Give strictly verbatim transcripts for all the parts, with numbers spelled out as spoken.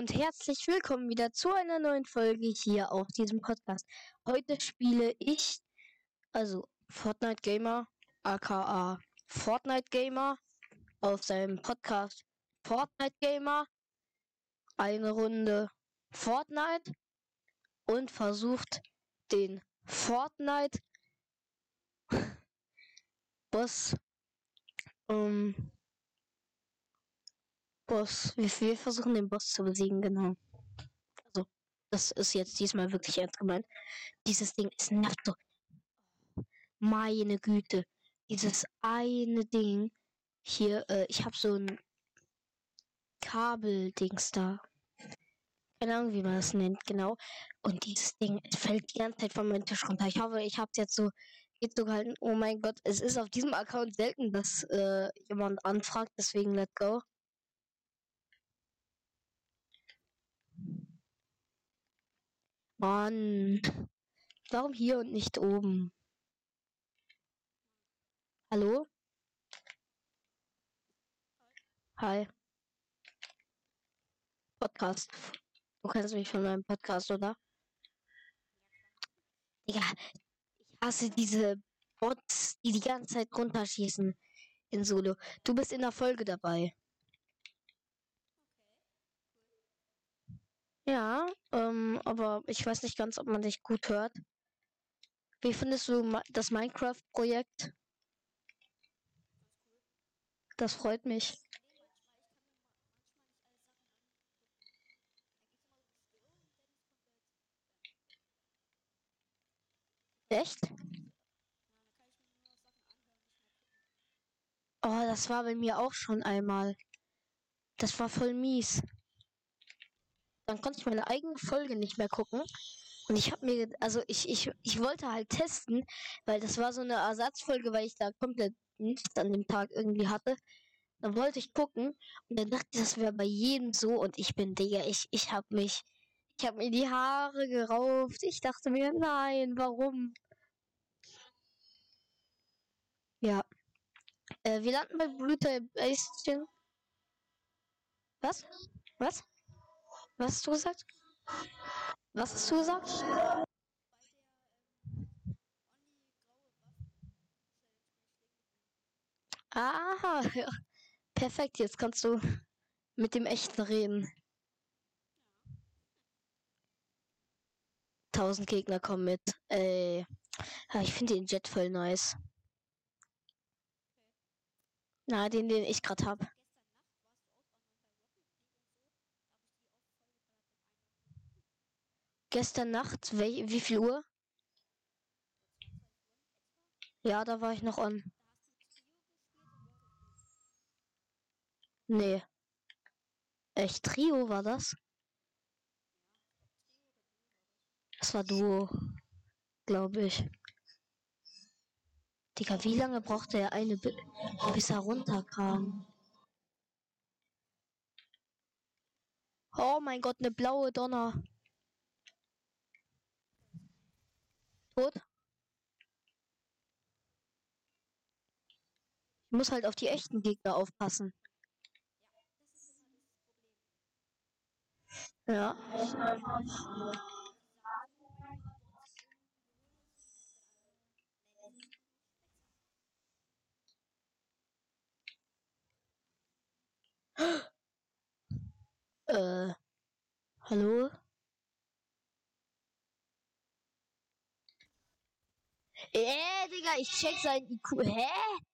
und herzlich willkommen wieder zu einer neuen Folge hier auf diesem Podcast. Heute spiele ich, also Fortnite Gamer, aka Fortnite Gamer, auf seinem Podcast Fortnite Gamer, eine Runde Fortnite und versucht den Fortnite Boss, ähm, Boss, wir, wir versuchen den Boss zu besiegen, genau. Also, das ist jetzt diesmal wirklich ernst gemeint. Dieses Ding ist nervt so. Meine Güte. Dieses eine Ding. Hier, äh, ich habe so ein Kabeldings da. Keine Ahnung, wie man das nennt, genau. Und dieses Ding es fällt die ganze Zeit von meinem Tisch runter. Ich hoffe, ich habe es jetzt so geht so gehalten. Oh mein Gott, es ist auf diesem Account selten, dass äh, jemand anfragt. Deswegen, let's go. Mann. Warum hier und nicht oben? Hallo? Hi. Podcast. Du kennst mich von meinem Podcast, oder? Digga, ich hasse diese Bots, die die ganze Zeit runterschießen in Solo. Du bist in der Folge dabei. Ja, ähm, aber ich weiß nicht ganz, ob man dich gut hört. Wie findest du ma- das Minecraft-Projekt? Das freut mich. Echt? Oh, das war bei mir auch schon einmal. Das war voll mies. Dann konnte ich meine eigene Folge nicht mehr gucken. Und ich habe mir, also ich, ich, ich wollte halt testen, weil das war so eine Ersatzfolge, weil ich da komplett nichts an dem Tag irgendwie hatte. Dann wollte ich gucken und dann dachte ich, das wäre bei jedem so und ich bin, Digga, ich, ich hab mich, ich hab mir die Haare gerauft. Ich dachte mir, nein, warum? Ja. Äh, wir landen bei Blüter Bastion. Was? Was? Was hast du gesagt? Was hast du gesagt? Aha, ja. Perfekt, jetzt kannst du mit dem Echten reden. Tausend Gegner kommen mit. Äh, ja, ich finde den Jet voll nice. Na, den, den ich gerade hab. Gestern Nacht, wel- wie viel Uhr? Ja, da war ich noch on. Nee. Echt, Trio war das? Das war Duo, glaube ich. Digga, wie lange brauchte er eine, bi- bis er runterkam? Oh mein Gott, eine blaue Donner. Tot? Ich muss halt auf die echten Gegner aufpassen. Ja. Äh, hallo? Äh, Digga, ich check sein I Q. Hä?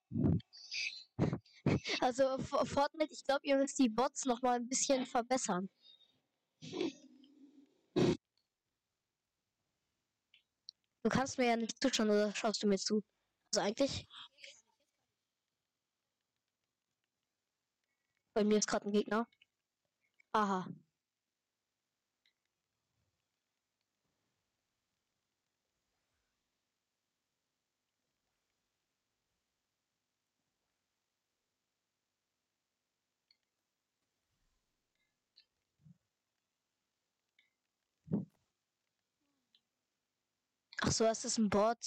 Also, F- Fortnite, ich glaube, ihr müsst die Bots noch mal ein bisschen verbessern. Du kannst mir ja nicht zuschauen, oder schaust du mir zu? Also eigentlich, bei mir ist gerade ein Gegner. Aha. Ach so, es ist ein Bot.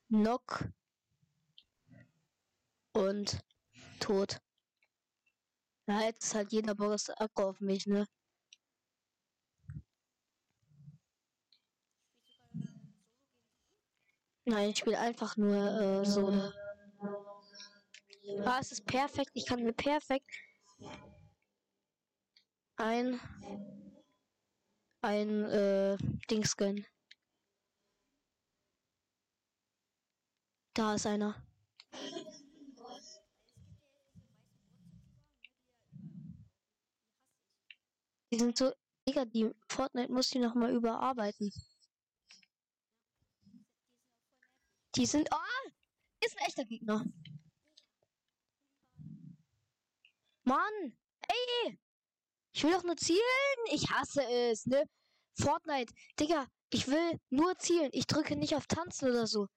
Knock und tot. Ja, jetzt ist halt jeder Boris Akku auf mich, ne? Nein, ich spiele einfach nur äh, Solo. Ah, es ist perfekt. Ich kann mir perfekt ein ein äh, Dings gönnen. Da ist einer. Die sind so, Digga, die Fortnite muss die noch mal überarbeiten. Die sind, oh, ist ein echter Gegner. Mann, ey, ich will doch nur zielen. Ich hasse es, ne? Fortnite, Digga, ich will nur zielen. Ich drücke nicht auf Tanzen oder so.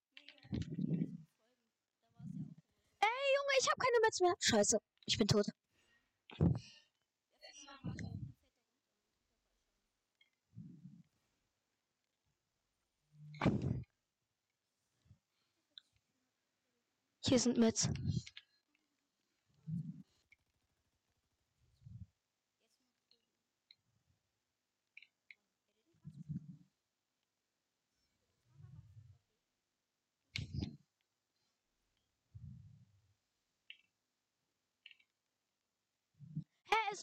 Ey, Junge, ich habe keine Metz mehr. Scheiße, ich bin tot. Hier sind Metz. Hä, es...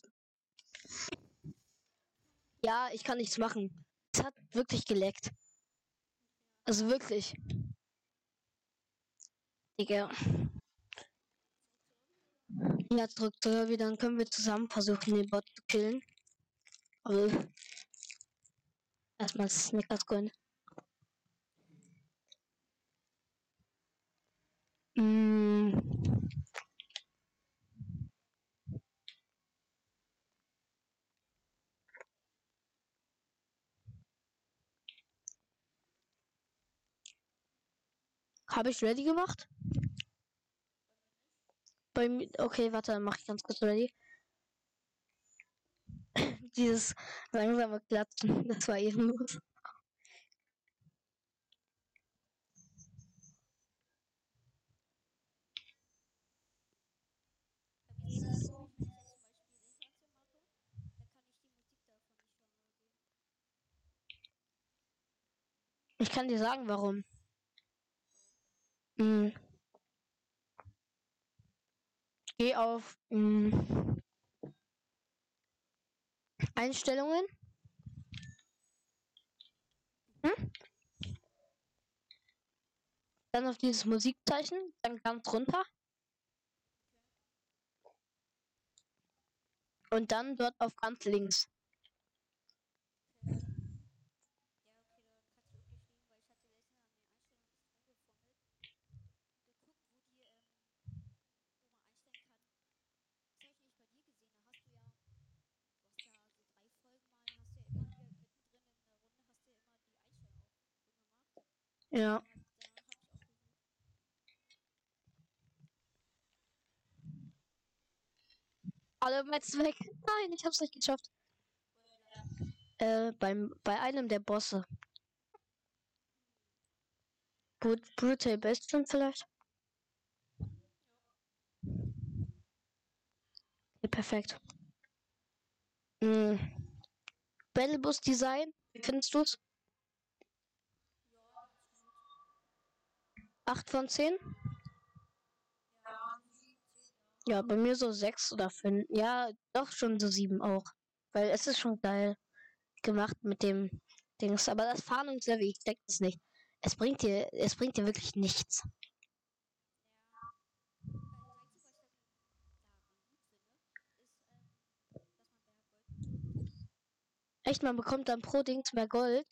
Ja, ich kann nichts machen. Es hat wirklich geleckt. Also wirklich. Digga. Ja, drück Derby, dann können wir zusammen versuchen, den Bot zu killen. Aber erstmal Snickers gönnen. Mm. Habe ich ready gemacht? Bei mir. Okay, warte, dann mache ich ganz kurz ready. Dieses langsame Klatschen, das war ehrenlos. Ich kann dir sagen, warum. Hm. Geh auf hm, Einstellungen. Hm? Dann auf dieses Musikzeichen, dann ganz runter. Und dann dort auf ganz links. Ja. Alle Metz weg. Nein, ich hab's nicht geschafft. Äh, beim, bei einem der Bosse. Brut Brutal Bastion vielleicht? Okay, perfekt. Hm. Battlebus Design, wie findest du's? acht von zehn? Ja, bei mir so sechs oder fünf. Ja, doch schon so sieben auch. Weil es ist schon geil gemacht mit dem Dings. Aber das Fahndungslevel, ich denke es nicht. Es bringt dir, es bringt dir wirklich nichts. Echt, man bekommt dann pro Dings mehr Gold.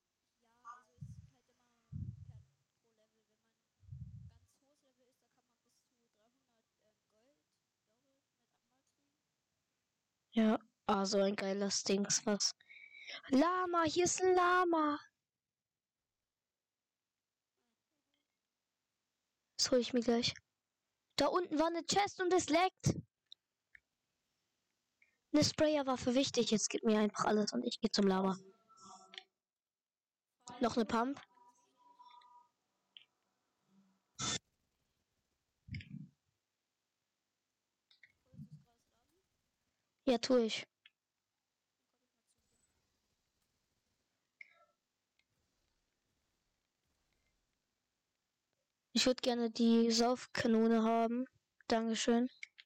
Ja, ah, so ein geiles Dings, was. Lama, hier ist ein Lama. Das hole ich mir gleich. Da unten war eine Chest und es leckt. Eine Sprayerwaffe wichtig. Jetzt gib mir einfach alles und ich gehe zum Lava. Noch eine Pump. Ja, tue ich. Ich würde gerne die Saufkanone haben. Dankeschön.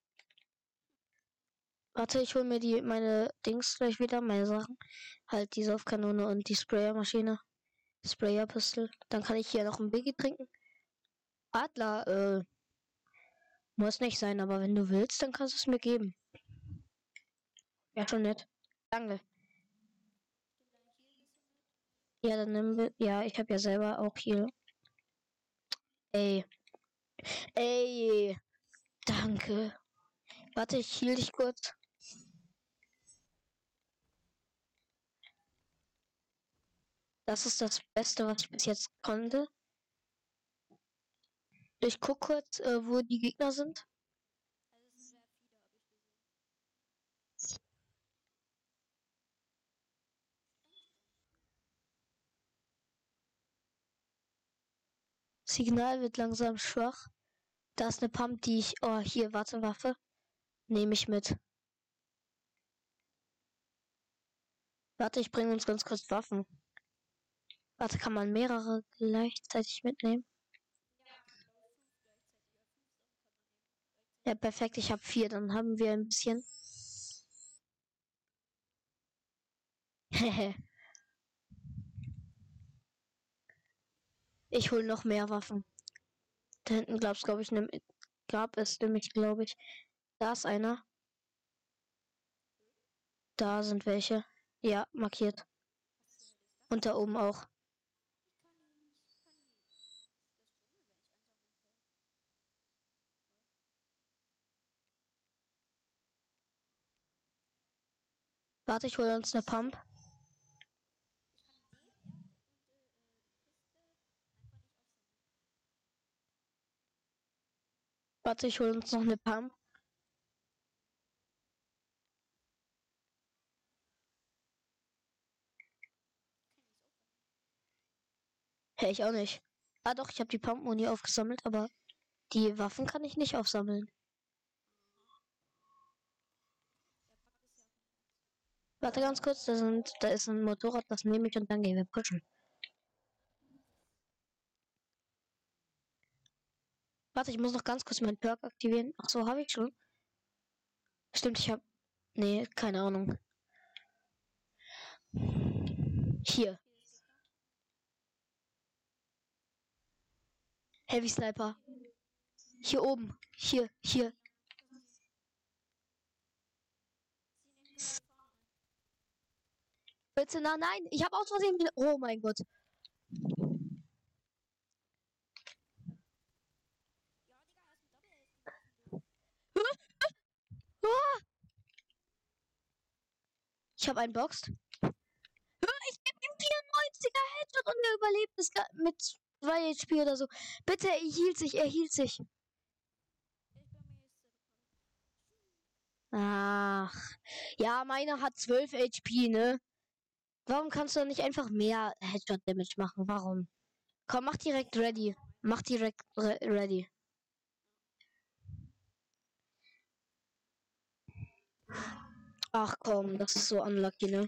Warte, ich hole mir die meine Dings gleich wieder, meine Sachen. Halt die Saufkanone und die Sprayermaschine. Sprayerpistol. Dann kann ich hier noch ein Biggie trinken. Adler, äh, muss nicht sein, aber wenn du willst, dann kannst du es mir geben. Ja, schon nett. Danke. Ja, dann nimm wir. Ja, ich habe ja selber auch hier. Ey. Ey. Danke. Warte, ich hielt dich kurz. Das ist das Beste, was ich bis jetzt konnte. Ich guck kurz, äh, wo die Gegner sind. Signal wird langsam schwach. Da ist eine Pump, die ich. Oh, hier, warte, Waffe. Nehme ich mit. Warte, ich bringe uns ganz kurz Waffen. Warte, kann man mehrere gleichzeitig mitnehmen? Ja, perfekt, ich habe vier. Dann haben wir ein bisschen. Hehe. Ich hole noch mehr Waffen. Da hinten glaub's, glaube ich, ne, gab es nämlich, glaube ich. Da ist einer. Da sind welche. Ja, markiert. Und da oben auch. Warte, ich hole uns eine Pump. Warte, ich hole uns noch eine Pump. Hä, ich auch nicht. Ah doch, ich habe die Pump-Muni aufgesammelt, aber die Waffen kann ich nicht aufsammeln. Warte ganz kurz, da, sind, da ist ein Motorrad, das nehme ich und dann gehen wir pushen. Warte, ich muss noch ganz kurz meinen Perk aktivieren. Ach so, habe ich schon. Stimmt, ich habe. Nee, keine Ahnung. Hier. Heavy Sniper. Hier oben. Hier, hier. Bitte, na, nein. Ich habe aus Versehen. Oh mein Gott. Ich habe einen Boxt. Ich gebe ihm vierundneunziger Headshot und er überlebt es mit zwei H P oder so. Bitte, er hielt sich, er hielt sich. Ach. Ja, meiner hat zwölf H P, ne? Warum kannst du nicht einfach mehr Headshot-Damage machen? Warum? Komm, mach direkt ready. Mach direkt re ready. Ach komm, das ist so unlucky, ne?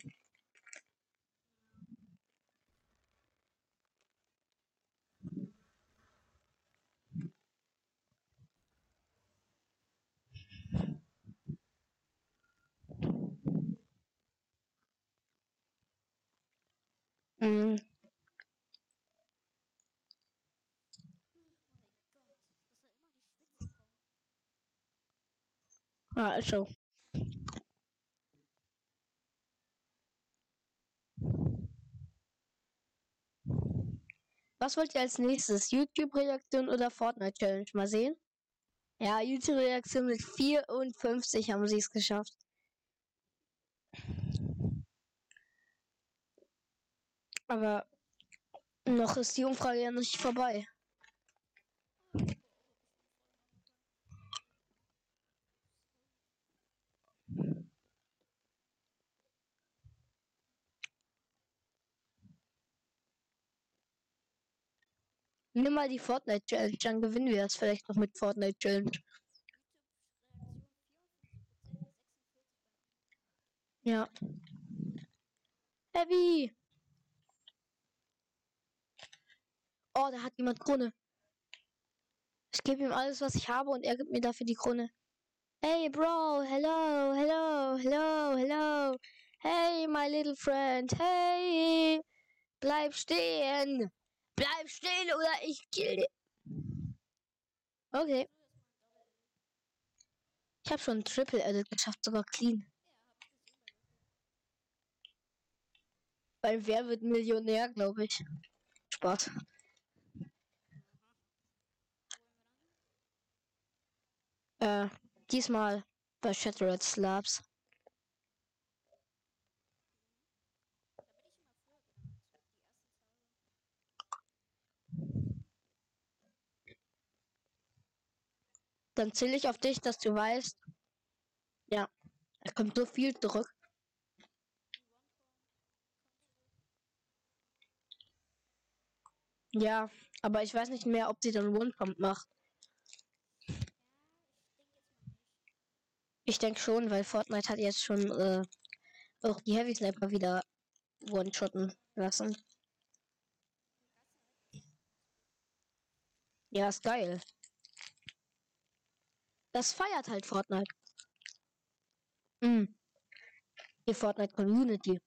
Mhm. Ah, also. Was wollt ihr als nächstes? YouTube-Reaktion oder Fortnite-Challenge? Mal sehen. Ja, YouTube-Reaktion mit vierundfünfzig haben sie es geschafft. Aber noch ist die Umfrage ja nicht vorbei. Nimm mal die Fortnite-Challenge, dann gewinnen wir das vielleicht noch mit Fortnite-Challenge. Ja. Heavy. Oh, da hat jemand Krone. Ich gebe ihm alles, was ich habe und er gibt mir dafür die Krone. Hey, Bro. Hello, hello, hello, hello. Hey, my little friend. Hey. Bleib stehen. Bleib stehen oder ich kill dich. Okay. Ich habe schon ein Triple Edit geschafft, sogar clean. Bei Wer wird Millionär, glaube ich. Spaß. Äh, diesmal bei Shattered Slabs. Dann zähle ich auf dich, dass du weißt. Ja, es kommt so viel zurück. Ja, aber ich weiß nicht mehr, ob sie dann One-Pump macht. Ich denke schon, weil Fortnite hat jetzt schon äh, auch die Heavy Sniper wieder one-shotten lassen. Ja, ist geil. Das feiert halt Fortnite. Mhm. Die Fortnite Community.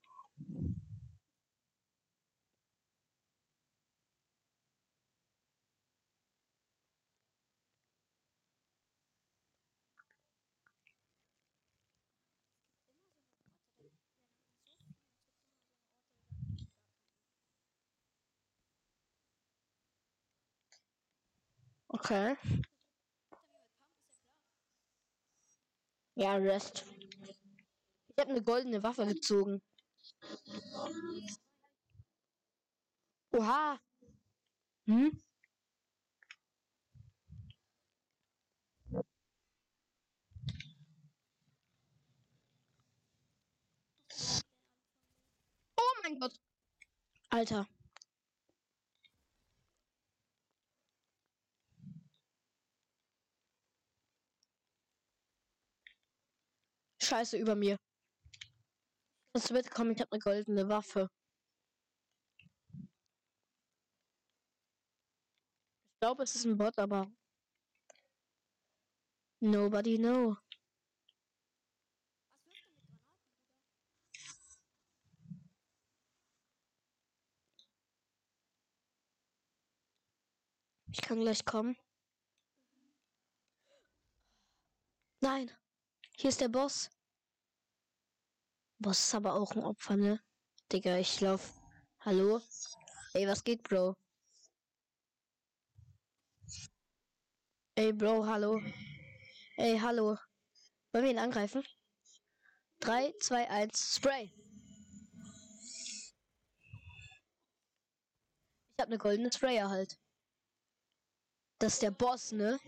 Okay. Ja, Rest. Ich habe eine goldene Waffe gezogen. Oha. Hm? Oh mein Gott. Alter. Scheiße über mir. Kannst du bitte kommen? Ich habe eine goldene Waffe. Ich glaube, es ist ein Bot, aber nobody know. Ich kann gleich kommen. Nein. Hier ist der Boss. Boss ist aber auch ein Opfer, ne? Digga, ich lauf. Hallo? Ey, was geht, Bro? Ey, Bro, hallo. Ey, hallo. Wollen wir ihn angreifen? drei, zwei, eins, Spray. Ich habe eine goldene Sprayer halt. Das ist der Boss, ne?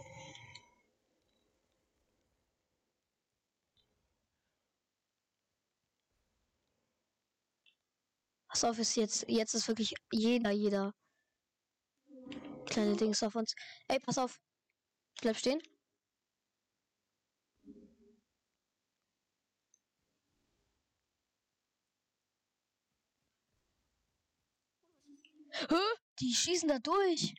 Pass auf, ist jetzt, jetzt ist wirklich jeder, jeder kleine Dings auf uns. Ey, pass auf. Bleib stehen. Hä? Die schießen da durch.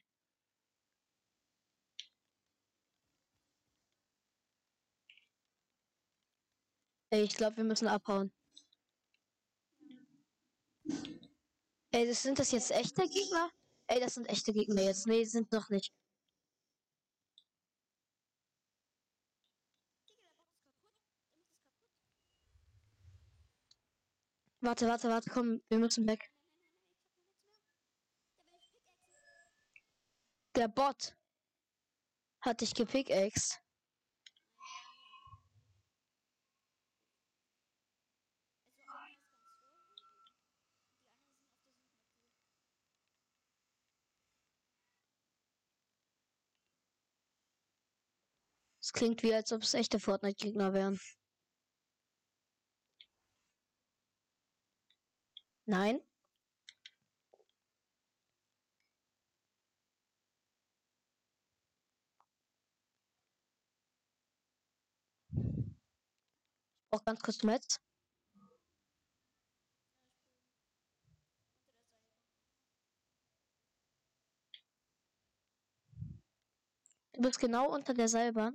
Ey, ich glaube, wir müssen abhauen. Ey, das sind das jetzt echte Gegner? Ey, das sind echte Gegner jetzt. Nee, sind noch nicht. Warte, warte, warte, komm, wir müssen weg. Der Bot hat dich gepickaxed. Es klingt wie, als ob es echte Fortnite-Gegner wären. Nein? Auch ganz kurz Metz. Du bist genau unter der Seilbahn.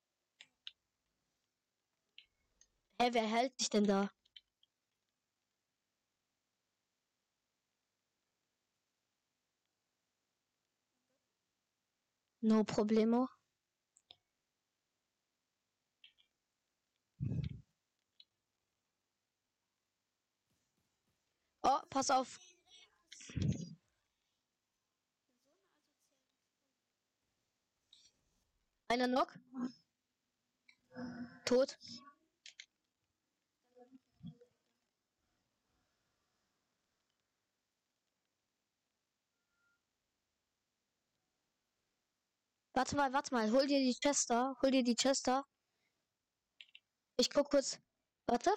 Hä, wer hält sich denn da? No problemo. Oh, pass auf. Einer Knock. Tot. Warte mal, warte mal. Hol dir die Chester. Hol dir die Chester. Ich guck kurz. Warte.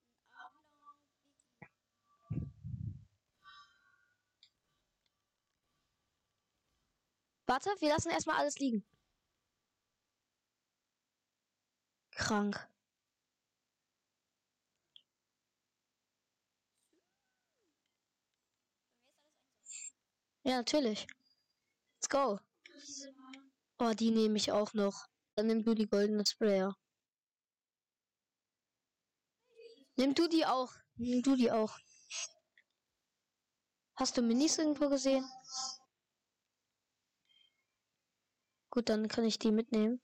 Warte, wir lassen erstmal alles liegen. Krank. Ja, natürlich. Let's go. Oh, die nehme ich auch noch. Dann nimm du die goldene Sprayer. Nimm du die auch. Nimm du die auch. Hast du Minis irgendwo gesehen? Gut, dann kann ich die mitnehmen.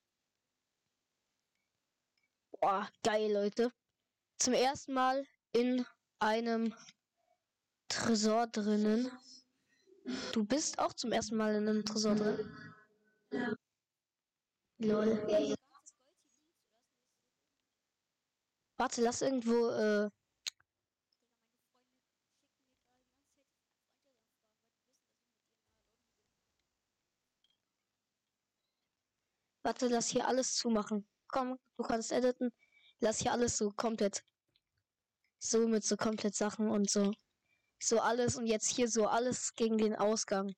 Boah, geil, Leute. Zum ersten Mal in einem Tresor drinnen. Du bist auch zum ersten Mal in einem Tresor drin. Lol. Warte, lass irgendwo, äh. Warte, lass hier alles zumachen. Komm, du kannst editen. Lass hier alles so komplett. So mit so komplett Sachen und so. So alles und jetzt hier so alles gegen den Ausgang.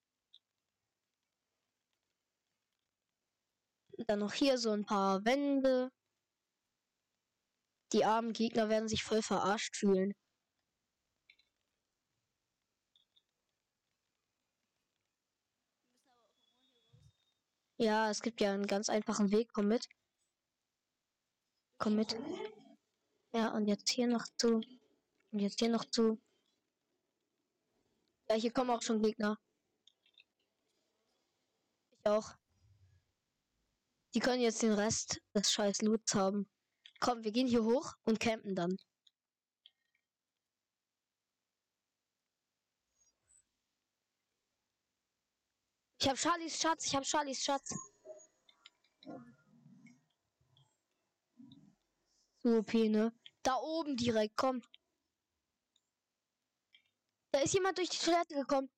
Dann noch hier so ein paar Wände. Die armen Gegner werden sich voll verarscht fühlen. Ja, es gibt ja einen ganz einfachen Weg. Komm mit. Komm mit. Ja, und jetzt hier noch zu. Und jetzt hier noch zu. Ja, hier kommen auch schon Gegner. Ich auch. Die können jetzt den Rest des scheiß Loots haben. Komm, wir gehen hier hoch und campen dann. Ich hab Charlies Schatz, ich hab Charlies Schatz. So, Pene. Da oben direkt, komm. Da ist jemand durch die Toilette gekommen.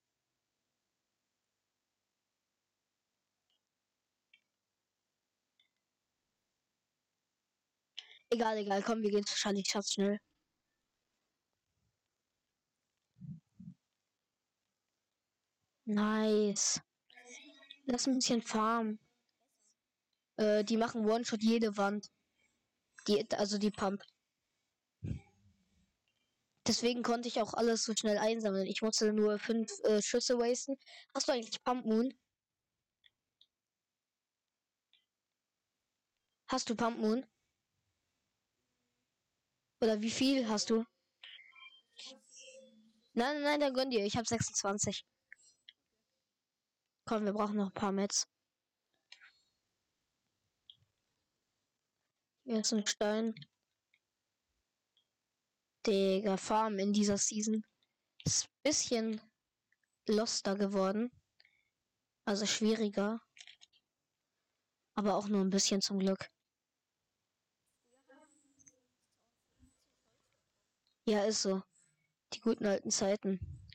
Egal, egal, komm, wir gehen zu Charlies Schatz schnell. Nice. Lass ein bisschen farmen. Äh, die machen One-Shot jede Wand. Die, also die Pump. Deswegen konnte ich auch alles so schnell einsammeln. Ich musste nur fünf äh, Schüsse wasten. Hast du eigentlich Pump Moon? Hast du Pump Moon? Oder wie viel hast du? Nein, nein, nein, dann gönn dir. Ich habe sechsundzwanzig. Komm, wir brauchen noch ein paar Mets. Hier ist ein Stein. Digga, Farm in dieser Season ist ein bisschen loster geworden. Also schwieriger. Aber auch nur ein bisschen zum Glück. Ja, ist so. Die guten alten Zeiten.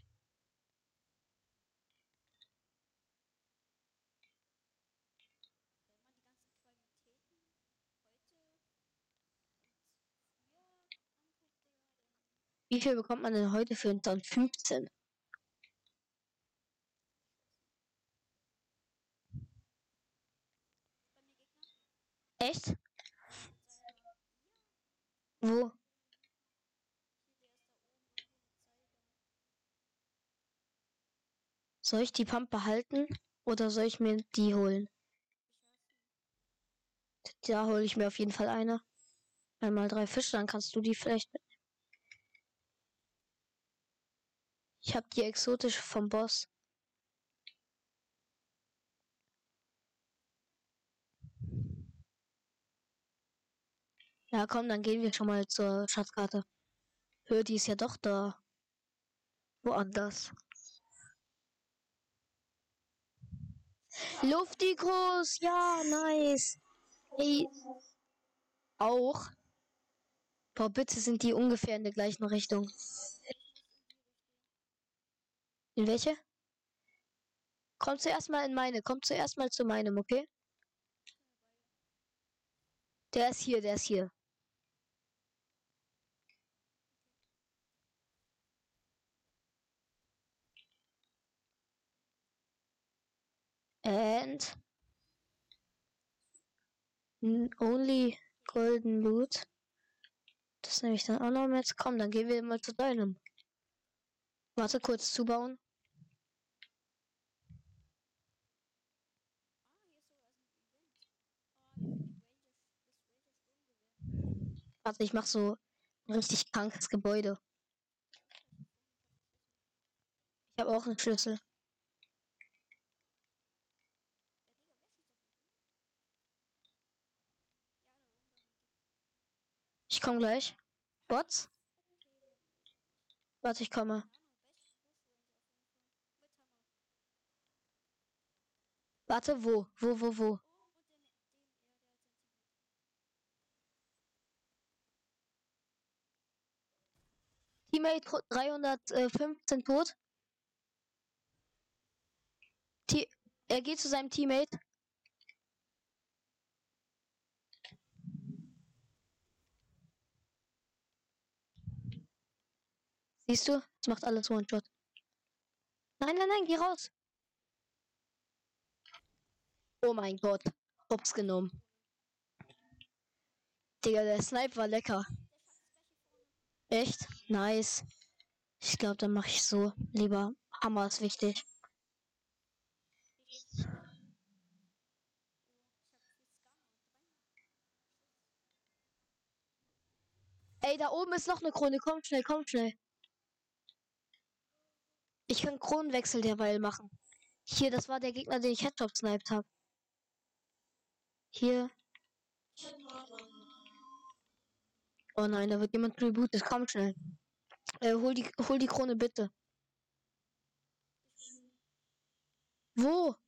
Wie viel bekommt man denn heute für dann fünfzehn? Echt? Wo? Soll ich die Pump behalten? Oder soll ich mir die holen? Da hole ich mir auf jeden Fall eine. Einmal drei Fische, dann kannst du die vielleicht mit. Ich habe die exotische vom Boss. Ja, komm, dann gehen wir schon mal zur Schatzkarte. Hör, die ist ja doch da. Woanders. Luftikus, ja, nice. Hey, auch. Boah, bitte sind die ungefähr in der gleichen Richtung. In welche? Komm zuerst mal in meine. Komm zuerst mal zu meinem, okay? Der ist hier, der ist hier. And only golden loot. Das nehme ich dann auch noch mit. Komm, dann gehen wir mal zu deinem. Warte, kurz zubauen. Warte, ich mach so ein richtig krankes Gebäude. Ich habe auch einen Schlüssel. Ich komme gleich. Bots? Warte, ich komme. Warte, wo? Wo, wo, wo? Teammate dreihundertfünfzehn tot. T er geht zu seinem Teammate. Siehst du? Das macht alles One-Shot. Nein, nein, nein, geh raus. Oh mein Gott. Hops genommen. Digga, der Snipe war lecker. Echt? Nice. Ich glaube, dann mache ich so. Lieber Hammer ist wichtig. Ey, da oben ist noch eine Krone. Kommt schnell, kommt schnell. Ich kann Kronenwechsel derweil machen. Hier, das war der Gegner, den ich Headshot sniped habe. Hier. Oh nein, da wird jemand rebootet. Komm schnell. Äh, hol die, hol die Krone bitte. Wo?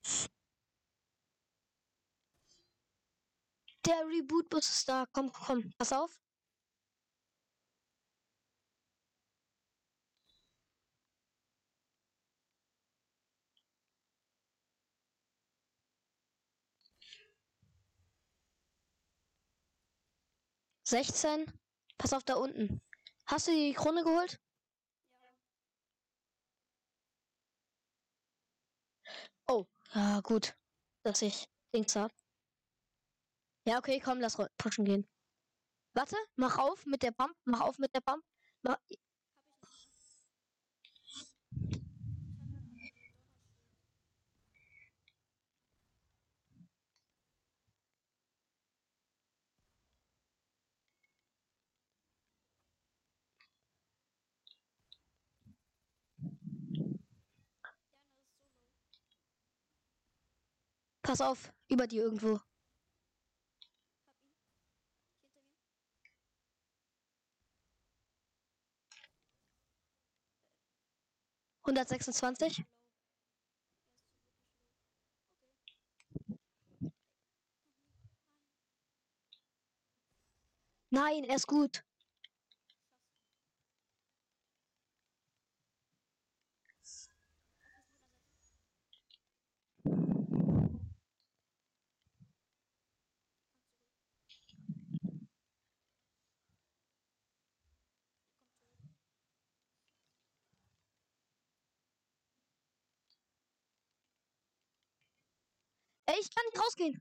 Der Reboot-Bus ist da. Komm, komm. Pass auf. sechzehn. Pass auf da unten. Hast du die Krone geholt? Oh, ja, gut. Dass ich Dings hab. Ja, okay, komm, lass pushen gehen. Warte, mach auf mit der Pump. Mach auf mit der Pump. Mach... Pass auf, über dir irgendwo. hundertsechsundzwanzig. Nein, er ist gut. Ey, ich kann nicht rausgehen.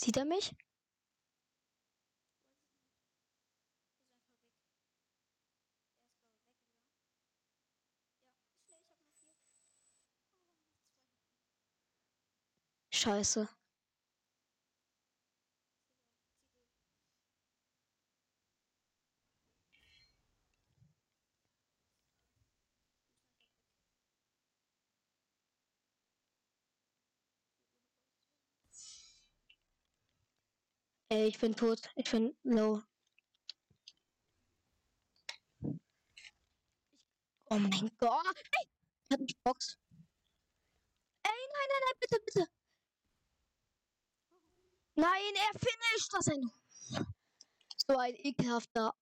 Sieht er mich? Scheiße. Ey, ich bin tot. Ich bin low. Oh mein Gott. Ey, er hat mich geboxt. Ey, nein, nein, nein, bitte, bitte. Nein, er finisht das ein. So ein ekelhafter.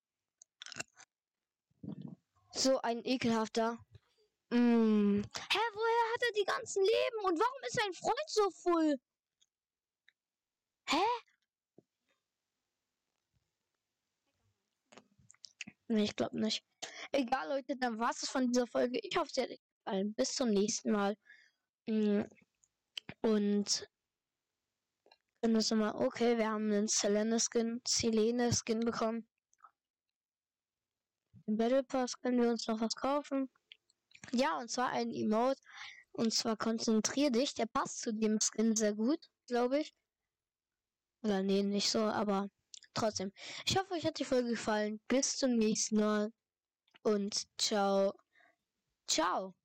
So ein ekelhafter. Mm. Hä, woher hat er die ganzen Leben? Und warum ist sein Freund so voll? Hä? Nee, ich glaube nicht. Egal, Leute, dann war es von dieser Folge. Ich hoffe, es hat euch gefallen. Bis zum nächsten Mal. Mm. Und dann ist nochmal, okay, wir haben einen Selene-Skin, Selene-Skin bekommen. Im Battle Pass können wir uns noch was kaufen. Ja, und zwar ein Emote. Und zwar konzentrier dich. Der passt zu dem Skin sehr gut, glaube ich. Oder nee, nicht so, aber trotzdem. Ich hoffe, euch hat die Folge gefallen. Bis zum nächsten Mal. Und ciao. Ciao.